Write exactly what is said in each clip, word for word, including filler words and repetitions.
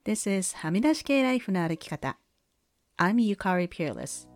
This is はみ出し系ライフの歩き方。I'm Yukari Peerless。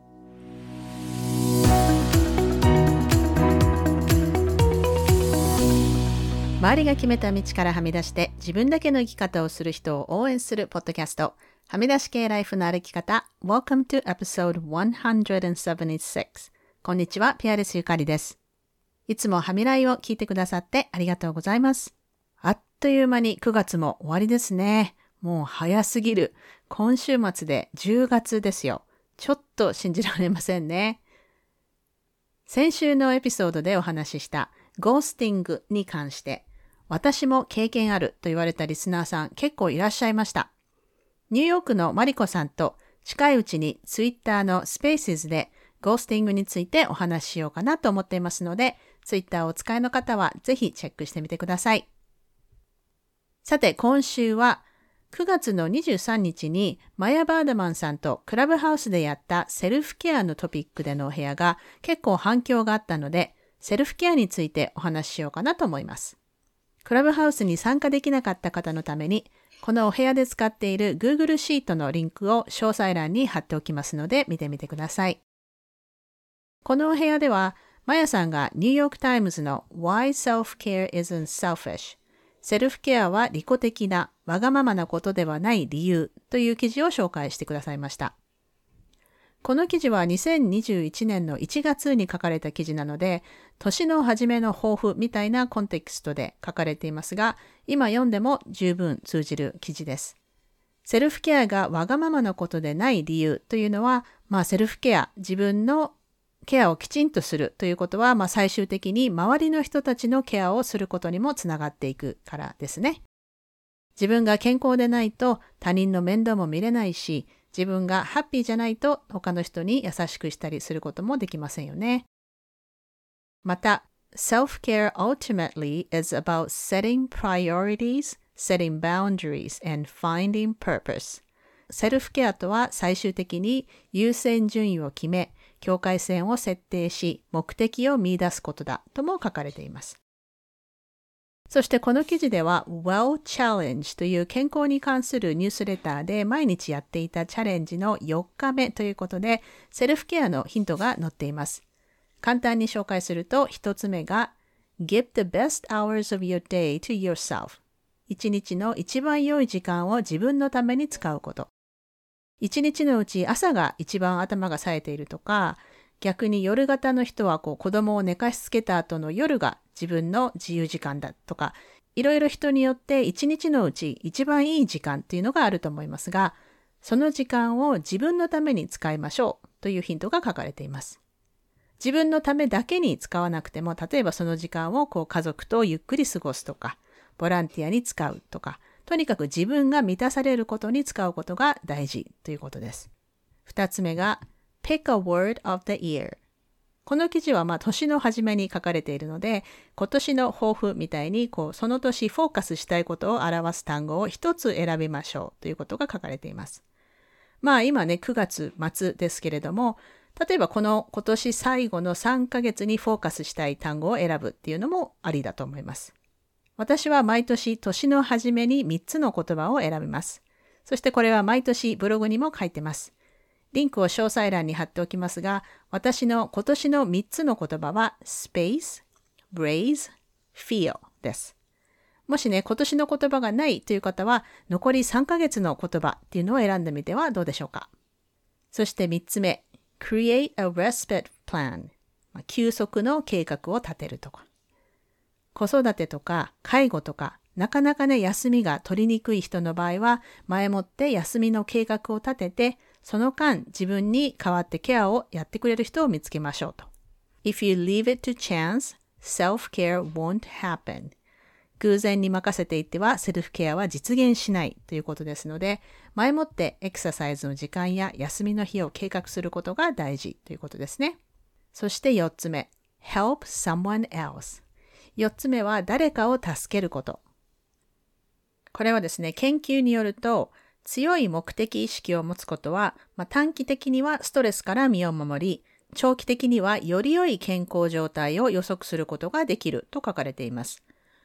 周りが決めた道からはみ出して自分だけの生き方をする人を応援するポッドキャスト。はみ出し系ライフの歩き方。Welcome to episode one seventy-six。こんにちは、ピアレスゆかりです。いつもはみらいを聞いてくださってありがとうございます。あっという間にくがつも終わりですね。もう早すぎる。今週末でじゅうがつですよ。ちょっと信じられませんね。先週のエピソードでお話ししたゴースティングに関して、私も経験あると言われたリスナーさん結構いらっしゃいました。ニューヨークのマリコさんと近いうちにツイッターのスペースでゴースティングについてお話ししようかなと思っていますので、ツイッターをお使いの方はぜひチェックしてみてください。さて今週はくがつのにじゅうさんにちにマヤ・バードマンさんとクラブハウスでやったセルフケアのトピックでのお部屋が結構反響があったので、セルフケアについてお話ししようかなと思います。クラブハウスに参加できなかった方のために、このお部屋で使っている Google シートのリンクを詳細欄に貼っておきますので見てみてください。このお部屋では、マヤさんがニューヨークタイムズの Why Self-Care Isn't Selfishセルフケアは利己的なわがままなことではない理由という記事を紹介してくださいました。この記事はにせんにじゅういちねんのいちがつに書かれた記事なので、年の初めの抱負みたいなコンテキストで書かれていますが、今読んでも十分通じる記事です。セルフケアがわがままなことでない理由というのは、まあセルフケア、自分のケアをきちんとするということは、まあ、最終的に周りの人たちのケアをすることにもつながっていくからですね。自分が健康でないと他人の面倒も見れないし、自分がハッピーじゃないと他の人に優しくしたりすることもできませんよね。また、Self-care ultimately is about setting priorities, setting boundaries, and finding purpose。セルフケアとは最終的に優先順位を決め、境界線を設定し、目的を見出すことだとも書かれています。そしてこの記事では Well Challenge という健康に関するニュースレターで毎日やっていたチャレンジのよっかめということで、セルフケアのヒントが載っています。簡単に紹介すると、ひとつめが Give the best hours of your day to yourself。一日の一番良い時間を自分のために使うこと。一日のうち朝が一番頭が冴えているとか、逆に夜型の人はこう子供を寝かしつけた後の夜が自分の自由時間だとか、いろいろ人によって一日のうち一番いい時間っていうのがあると思いますが、その時間を自分のために使いましょうというヒントが書かれています。自分のためだけに使わなくても、例えばその時間をこう家族とゆっくり過ごすとか、ボランティアに使うとか、とにかく自分が満たされることに使うことが大事ということです。二つ目が Pick a word of the year。この記事はまあ年の初めに書かれているので、今年の抱負みたいにこうその年フォーカスしたいことを表す単語を一つ選びましょうということが書かれています。まあ今ねくがつ末ですけれども、例えばこの今年最後のさんかげつにフォーカスしたい単語を選ぶっていうのもありだと思います。私は毎年年の初めにみっつの言葉を選びます。そしてこれは毎年ブログにも書いてます。リンクを詳細欄に貼っておきますが、私の今年のみっつの言葉は Space, Brace, Feel です。もしね、今年の言葉がないという方は、残りさんかげつの言葉っていうのを選んでみてはどうでしょうか。そしてみっつめ、Create a Respite Plan。休息の計画を立てるとか。子育てとか介護とか、なかなかね、休みが取りにくい人の場合は、前もって休みの計画を立てて、その間自分に代わってケアをやってくれる人を見つけましょうと。If you leave it to chance, self-care won't happen。偶然に任せていてはセルフケアは実現しないということですので、前もってエクササイズの時間や休みの日を計画することが大事ということですね。そしてよっつめ、help someone else。よっつめは誰かを助けること。これはですね、研究によると、強い目的意識を持つことは、まあ、短期的にはストレスから身を守り、長期的にはより良い健康状態を予測することができると書かれています。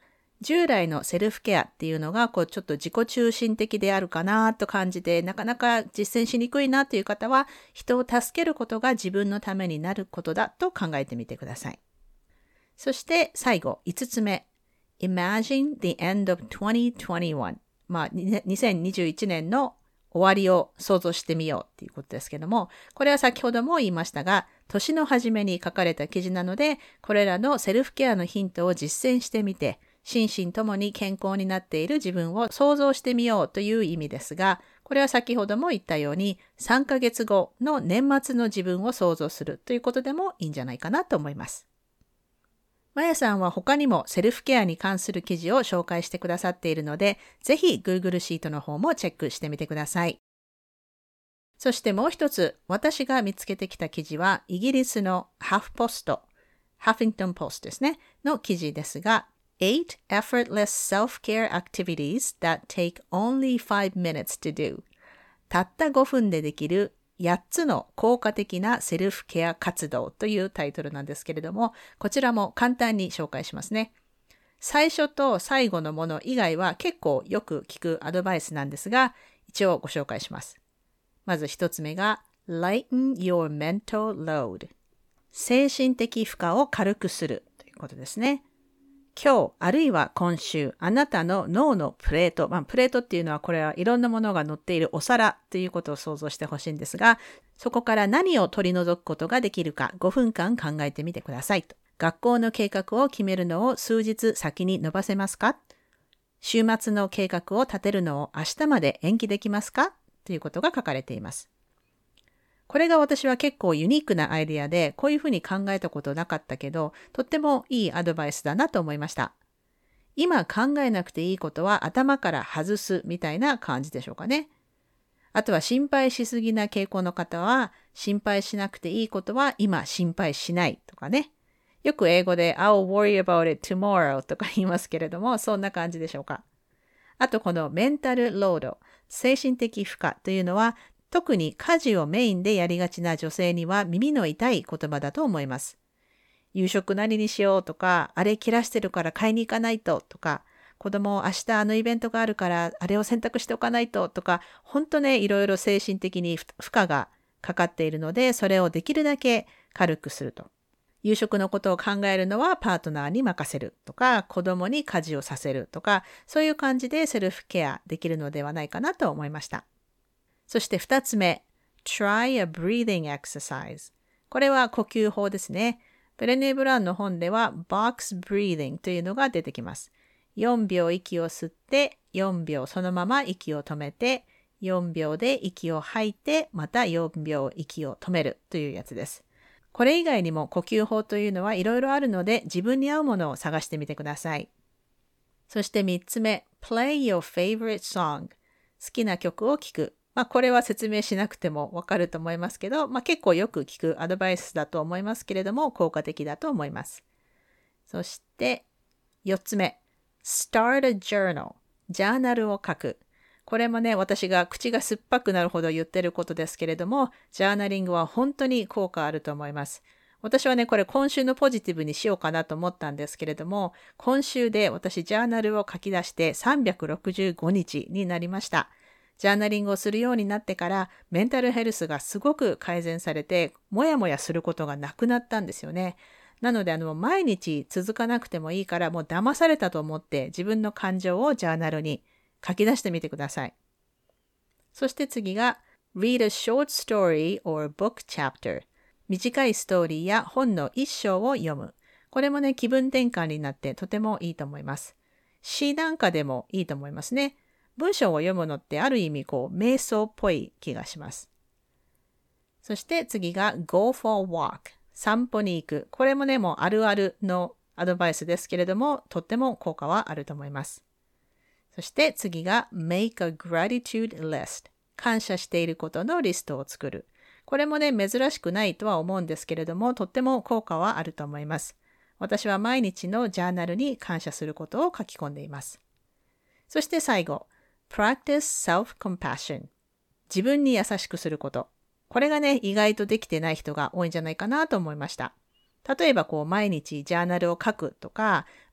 従来のセルフケアっていうのがこうちょっと自己中心的であるかなと感じてなかなか実践しにくいなという方は人を助けることが自分のためになることだと考えてみてください。そして最後いつつめ Imagine the end of twenty twenty-one まあにせんにじゅういちねんの終わりを想像してみようっていうことですけども、これは先ほども言いましたが年の初めに書かれた記事なのでこれらのセルフケアのヒントを実践してみて心身ともに健康になっている自分を想像してみようという意味ですが、これは先ほども言ったようにさんかげつごの年末の自分を想像するということでもいいんじゃないかなと思います。まやさんは他にもセルフケアに関する記事を紹介してくださっているので、ぜひ Google シートの方もチェックしてみてください。そしてもう一つ、私が見つけてきた記事はイギリスのハフポスト、ハフィントンポストですね、の記事ですが、eight effortless self-care activities that take only five minutes to do たったごふんでできるやっつの効果的なセルフケア活動というタイトルなんですけれども、こちらも簡単に紹介しますね。最初と最後のもの以外は結構よく聞くアドバイスなんですが、一応ご紹介します。まず一つ目が Lighten your mental load 精神的負荷を軽くするということですね。今日あるいは今週あなたの脳のプレート、まあ、プレートっていうのはこれはいろんなものが乗っているお皿ということを想像してほしいんですが、そこから何を取り除くことができるかごふんかん考えてみてくださいと。学校の計画を決めるのを数日先に延ばせますか？週末の計画を立てるのを明日まで延期できますか？ということが書かれています。これが私は結構ユニークなアイデアで、こういうふうに考えたことなかったけど、とってもいいアドバイスだなと思いました。今考えなくていいことは頭から外すみたいな感じでしょうかね。あとは心配しすぎな傾向の方は、心配しなくていいことは今心配しないとかね。よく英語で I'll worry about it tomorrow とか言いますけれども、そんな感じでしょうか。あとこのメンタルロード、精神的負荷というのは、特に家事をメインでやりがちな女性には耳の痛い言葉だと思います。夕食何にしようとか、あれ切らしてるから買いに行かないととか、子供明日あのイベントがあるからあれを洗濯しておかないととか、本当ねいろいろ精神的に負荷がかかっているので、それをできるだけ軽くすると。夕食のことを考えるのはパートナーに任せるとか、子供に家事をさせるとか、そういう感じでセルフケアできるのではないかなと思いました。そして二つ目、Try a breathing exercise。これは呼吸法ですね。ブレネー・ブラウンの本では box breathing というのが出てきます。よんびょう息を吸って、よんびょうそのまま息を止めて、よんびょうで息を吐いて、またよんびょう息を止めるというやつです。これ以外にも呼吸法というのはいろいろあるので、自分に合うものを探してみてください。そして三つ目、Play your favorite song。好きな曲を聴く。まあこれは説明しなくてもわかると思いますけど、まあ結構よく聞くアドバイスだと思いますけれども、効果的だと思います。そしてよっつめ、Start a journal。ジャーナルを書く。これもね、私が口が酸っぱくなるほど言ってることですけれども、ジャーナリングは本当に効果あると思います。私はね、これ今週のポジティブにしようかなと思ったんですけれども、今週で私ジャーナルを書き出してさんびゃくろくじゅうごにちになりました。ジャーナリングをするようになってからメンタルヘルスがすごく改善されて、もやもやすることがなくなったんですよね。なのであの毎日続かなくてもいいからもう騙されたと思って自分の感情をジャーナルに書き出してみてください。そして次が Read a short story or book chapter。短いストーリーや本の一章を読む。これもね気分転換になってとてもいいと思います。詩なんかでもいいと思いますね。文章を読むのってある意味こう瞑想っぽい気がします。そして次が Go for a walk。散歩に行く。これもねもうあるあるのアドバイスですけれども、とっても効果はあると思います。そして次が Make a gratitude list。感謝していることのリストを作る。これもね珍しくないとは思うんですけれども、とっても効果はあると思います。私は毎日のジャーナルに感謝することを書き込んでいます。そして最後Practice self-compassion。自分に優しくすること。これがね、意外とできてない人が多いんじゃないかなと思いました。例えばこう毎日ジャーナルを書くとか、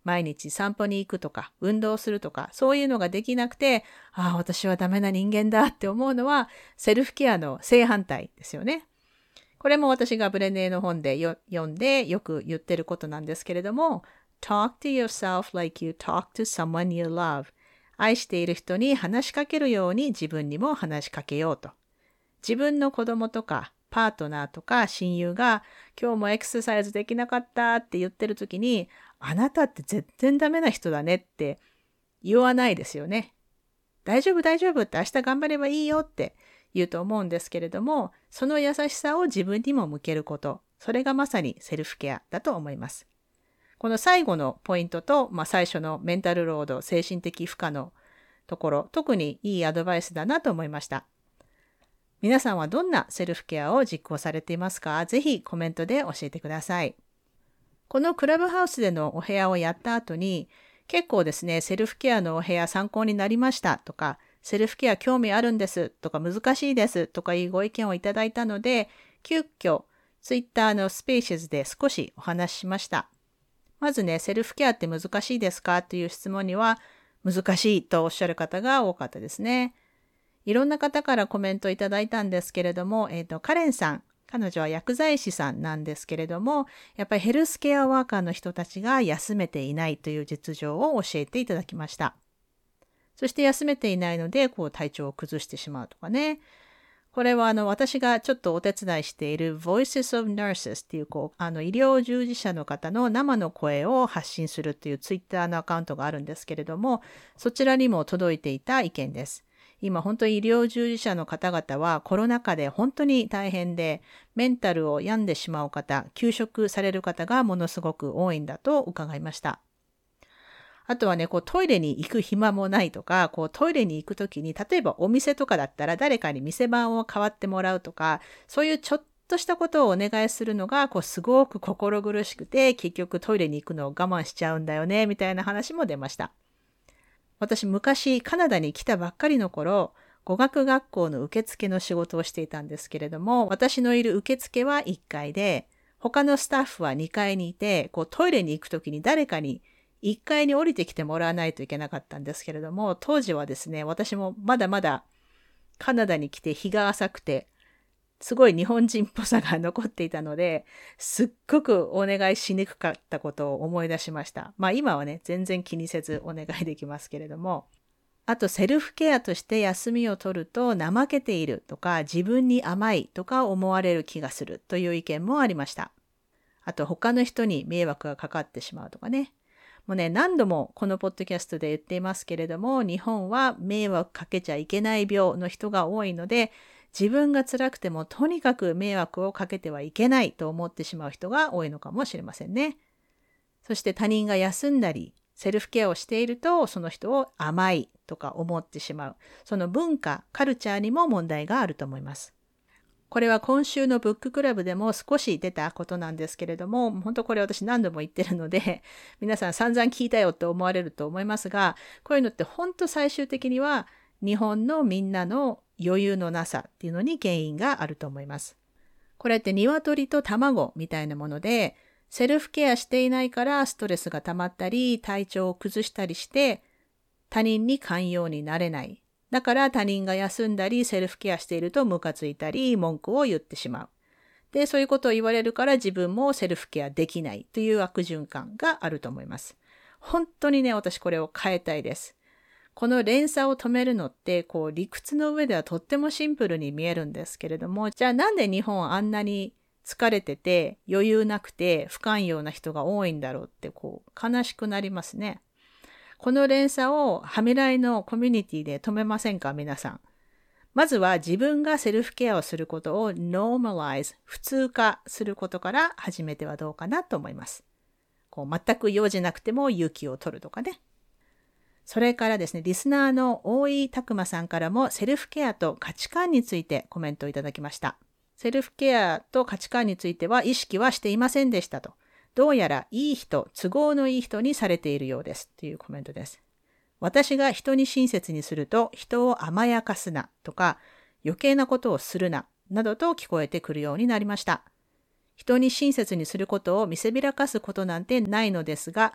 毎日散歩に行くとか、運動するとか、そういうのができなくて、ああ、私はダメな人間だって思うのは、セルフケアの正反対ですよね。これも私がブレネーの本でよ読んでよく言ってることなんですけれども、Talk to yourself like you talk to someone you love。愛している人に話しかけるように自分にも話しかけようと。自分の子供とかパートナーとか親友が今日もエクササイズできなかったって言ってる時に、あなたって全然ダメな人だねって言わないですよね。大丈夫大丈夫って明日頑張ればいいよって言うと思うんですけれども、その優しさを自分にも向けること、それがまさにセルフケアだと思います。この最後のポイントと、まあ、最初のメンタルロード、精神的負荷のところ、特にいいアドバイスだなと思いました。皆さんはどんなセルフケアを実行されていますか？ぜひコメントで教えてください。このクラブハウスでのお部屋をやった後に、結構ですね、セルフケアのお部屋参考になりましたとか、セルフケア興味あるんですとか難しいですとかいうご意見をいただいたので、急遽ツイッターのスペーシズで少しお話ししました。まずね、セルフケアって難しいですかという質問には、難しいとおっしゃる方が多かったですね。いろんな方からコメントいただいたんですけれども、えっと、カレンさん、彼女は薬剤師さんなんですけれども、やっぱりヘルスケアワーカーの人たちが休めていないという実情を教えていただきました。そして休めていないので、こう体調を崩してしまうとかね。これはあの私がちょっとお手伝いしている Voices of Nurses っていう、こうあの医療従事者の方の生の声を発信するっていうツイッターのアカウントがあるんですけれども、そちらにも届いていた意見です。今本当に医療従事者の方々はコロナ禍で本当に大変で、メンタルを病んでしまう方、休職される方がものすごく多いんだと伺いました。あとはね、こうトイレに行く暇もないとか、こうトイレに行くときに、例えばお店とかだったら誰かに店番を代わってもらうとか、そういうちょっとしたことをお願いするのが、こうすごく心苦しくて、結局トイレに行くのを我慢しちゃうんだよね、みたいな話も出ました。私、昔カナダに来たばっかりの頃、語学学校の受付の仕事をしていたんですけれども、私のいる受付はいっかいで、他のスタッフはにかいにいて、こうトイレに行くときに誰かにいっかいに降りてきてもらわないといけなかったんですけれども、当時はですね、私もまだまだカナダに来て日が浅くて、すごい日本人っぽさが残っていたので、すっごくお願いしにくかったことを思い出しました。まあ今はね、全然気にせずお願いできますけれども。あとセルフケアとして休みを取ると怠けているとか、自分に甘いとか思われる気がするという意見もありました。あと他の人に迷惑がかかってしまうとかね。もうね、何度もこのポッドキャストで言っていますけれども、日本は迷惑かけちゃいけない病の人が多いので、自分が辛くてもとにかく迷惑をかけてはいけないと思ってしまう人が多いのかもしれませんね。そして他人が休んだり、セルフケアをしていると、その人を甘いとか思ってしまう。その文化、カルチャーにも問題があると思います。これは今週のブッククラブでも少し出たことなんですけれども、本当これ私何度も言ってるので、皆さん散々聞いたよと思われると思いますが、こういうのって本当最終的には日本のみんなの余裕のなさっていうのに原因があると思います。これって鶏と卵みたいなもので、セルフケアしていないからストレスが溜まったり、体調を崩したりして、他人に寛容になれない。だから他人が休んだりセルフケアしているとムカついたり文句を言ってしまう。で、そういうことを言われるから自分もセルフケアできないという悪循環があると思います。本当にね、私これを変えたいです。この連鎖を止めるのって、こう理屈の上ではとってもシンプルに見えるんですけれども、じゃあなんで日本あんなに疲れてて余裕なくて不寛容な人が多いんだろうってこう悲しくなりますね。この連鎖をハミライのコミュニティで止めませんか、皆さん。まずは自分がセルフケアをすることを normalize、普通化することから始めてはどうかなと思います。こう全く用事なくても勇気を取るとかね。それからですね、リスナーの大井拓馬さんからもセルフケアと価値観についてコメントをいただきました。セルフケアと価値観については意識はしていませんでしたと。どうやらいい人、都合のいい人にされているようですというコメントです。私が人に親切にすると人を甘やかすなとか余計なことをするななどと聞こえてくるようになりました。人に親切にすることを見せびらかすことなんてないのですが、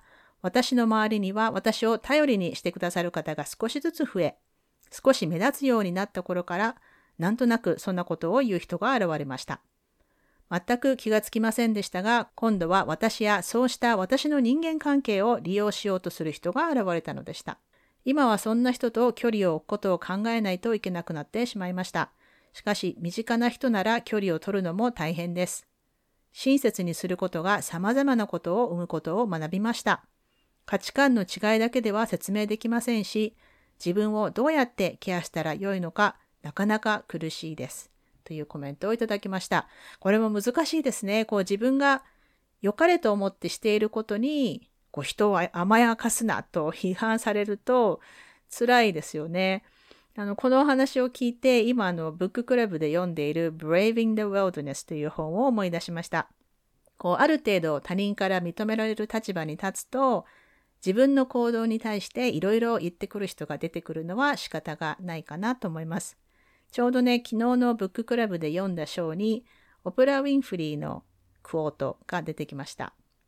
私の周りには私を頼りにしてくださる方が少しずつ増え、少し目立つようになった頃から、なんとなくそんなことを言う人が現れました。全く気がつきませんでしたが、今度は私やそうした私の人間関係を利用しようとする人が現れたのでした。今はそんな人と距離を置くことを考えないといけなくなってしまいました。しかし、身近な人なら距離を取るのも大変です。親切にすることが様々なことを生むことを学びました。価値観の違いだけでは説明できませんし、自分をどうやってケアしたらよいのか、なかなか苦しいです。というコメントをいただきました。これも難しいですね。こう自分が良かれと思ってしていることに、こう人を甘やかすなと批判されると辛いですよね。あのこのお話を聞いて、今あのブッククラブで読んでいる Braving the Wilderness という本を思い出しました。こうある程度他人から認められる立場に立つと、自分の行動に対していろいろ言ってくる人が出てくるのは仕方がないかなと思います。ちょうどね、昨日のブッククラブで読んだ章に、オプラ・ウィンフリーのクォートが出てきました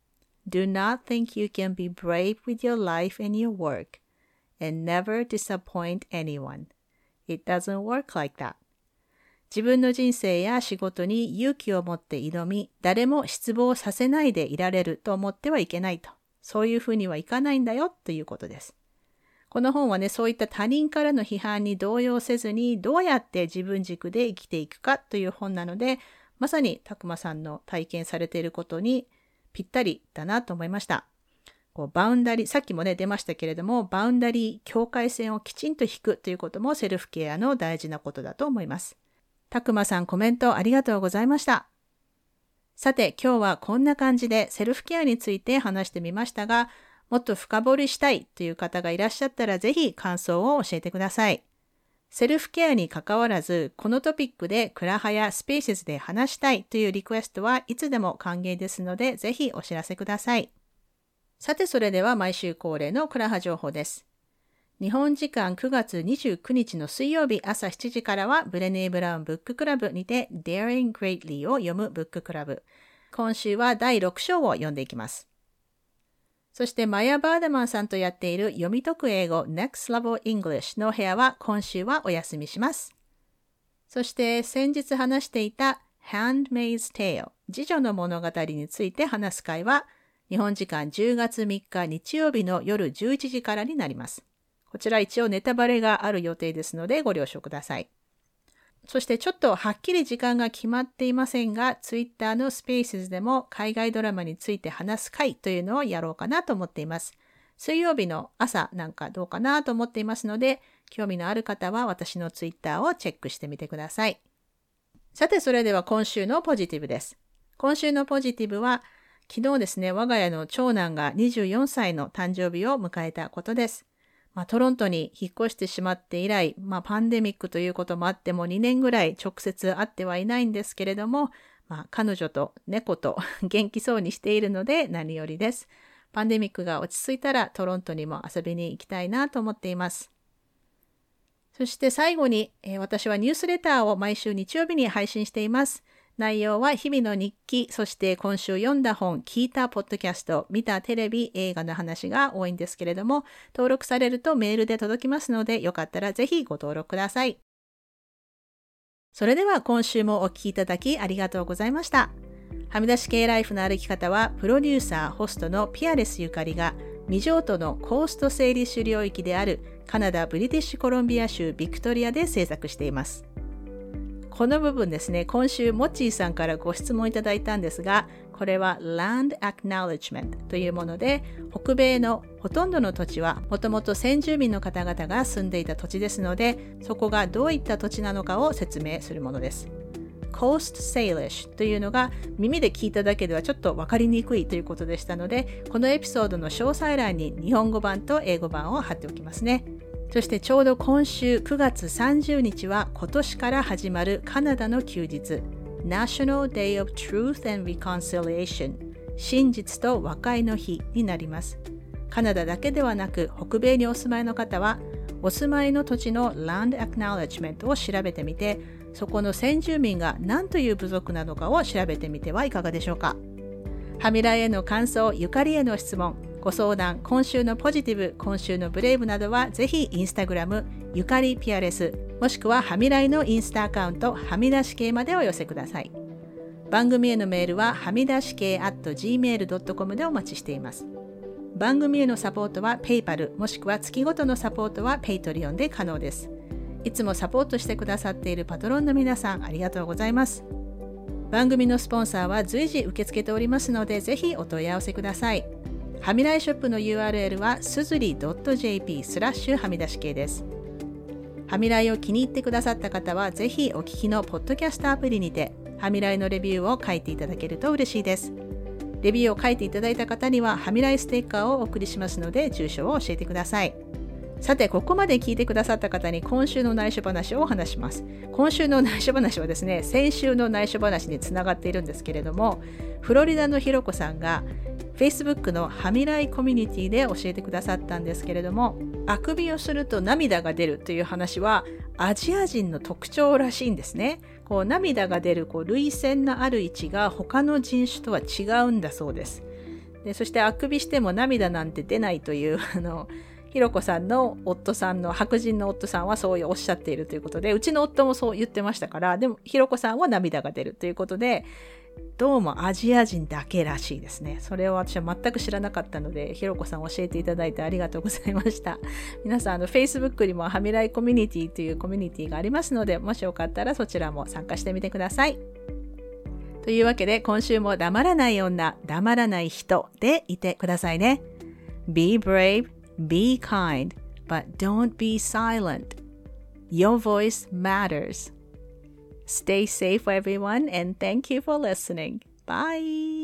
。Do not think you can be brave with your life and your work, and never disappoint anyone. It doesn't work like that. 自分の人生や仕事に勇気を持って挑み、誰も失望させないでいられると思ってはいけないと。そういうふうにはいかないんだよということです。この本はね、そういった他人からの批判に動揺せずに、どうやって自分軸で生きていくかという本なので、まさにたくまさんの体験されていることにぴったりだなと思いました。こうバウンダリー、さっきもね出ましたけれども、バウンダリー、境界線をきちんと引くということもセルフケアの大事なことだと思います。たくまさん、コメントありがとうございました。さて、今日はこんな感じでセルフケアについて話してみましたが、もっと深掘りしたいという方がいらっしゃったら、ぜひ感想を教えてください。セルフケアに関わらず、このトピックでクラハやスペーシスで話したいというリクエストはいつでも歓迎ですので、ぜひお知らせください。さて、それでは毎週恒例のクラハ情報です。日本時間くがつにじゅうくにちの水曜日朝しちじからはブレネー・ブラウンブッククラブにて Daring Greatly を読むブッククラブ。今週はだいろく章を読んでいきます。そしてマヤ・バーダマンさんとやっている読み解く英語 Next Level English の部屋は今週はお休みします。そして先日話していた Handmaid's Tale 次女の物語について話す会は日本時間じゅうがつみっか日曜日の夜じゅういちじからになります。こちら一応ネタバレがある予定ですのでご了承ください。そしてちょっとはっきり時間が決まっていませんが、ツイッターのスペースでも海外ドラマについて話す会というのをやろうかなと思っています。水曜日の朝なんかどうかなと思っていますので、興味のある方は私のツイッターをチェックしてみてください。さて、それでは今週のポジティブです。今週のポジティブは、昨日ですね、我が家の長男がにじゅうよんさいの誕生日を迎えたことです。まあ、トロントに引っ越してしまって以来、まあ、パンデミックということもあってもにねんぐらい直接会ってはいないんですけれども、まあ、彼女と猫と元気そうにしているので何よりです。パンデミックが落ち着いたらトロントにも遊びに行きたいなと思っています。そして最後に、えー、私はニュースレターを毎週日曜日に配信しています。内容は日々の日記、そして今週読んだ本、聞いたポッドキャスト、見たテレビ、映画の話が多いんですけれども、登録されるとメールで届きますので、よかったらぜひご登録ください。それでは今週もお聞きいただきありがとうございました。はみ出し系ライフの歩き方は、プロデューサー、ホストのピアレスゆかりが、未譲渡のコースト整理主領域であるカナダ・ブリティッシュコロンビア州ビクトリアで制作しています。この部分ですね、今週モッチーさんからご質問いただいたんですが、これは Land Acknowledgement というもので、北米のほとんどの土地はもともと先住民の方々が住んでいた土地ですので、そこがどういった土地なのかを説明するものです。Coast Salish というのが耳で聞いただけではちょっと分かりにくいということでしたので、このエピソードの詳細欄に日本語版と英語版を貼っておきますね。そしてちょうど今週くがつさんじゅうにちは今年から始まるカナダの休日 National Day of Truth and Reconciliation 真実と和解の日になります。カナダだけではなく北米にお住まいの方はお住まいの土地の Land Acknowledgement を調べてみて、そこの先住民が何という部族なのかを調べてみてはいかがでしょうか。はみらいへの感想、ゆかりへの質問、 ご相談、今週のポジティブ、今週のブレイブなどはぜひインスタグラム、ゆかりピアレス、もしくははみらいのインスタアカウント、はみ出し系までお寄せください。番組へのメールははみ出し系 アットジーメールドットコム でお待ちしています。番組へのサポートはペイパル、もしくは月ごとのサポートはペイトリオンで可能です。いつもサポートしてくださっているパトロンの皆さん、ありがとうございます。番組のスポンサーは随時受け付けておりますので、ぜひお問い合わせください。はみらいショップの ユーアールエル はすずり .jp スラッシュはみ出し系です。はみらいを気に入ってくださった方は、ぜひお聞きのポッドキャストアプリにて、はみらいのレビューを書いていただけると嬉しいです。レビューを書いていただいた方には、はみらいステッカーをお送りしますので、住所を教えてください。さて、ここまで聞いてくださった方に今週の内緒話をお話します。今週の内緒話はですね、先週の内緒話につながっているんですけれども、フロリダのひろこさんが Facebook のはみらいコミュニティで教えてくださったんですけれども、あくびをすると涙が出るという話はアジア人の特徴らしいんですね。こう涙が出るこう涙腺のある位置が他の人種とは違うんだそうです。で、そしてあくびしても涙なんて出ないというあのひろこさんの夫さんの白人の夫さんはそうおっしゃっているということで、うちの夫もそう言ってましたから、でもひろこさんは涙が出るということで、どうもアジア人だけらしいですね。それを私は全く知らなかったので、ひろこさん教えていただいてありがとうございました。皆さん、あの Facebook にもはみらいコミュニティというコミュニティがありますので、もしよかったらそちらも参加してみてください。というわけで、今週も黙らない女、黙らない人でいてくださいね。Be brave.Be kind, but don't be silent. Your voice matters. Stay safe, everyone, and thank you for listening. Bye.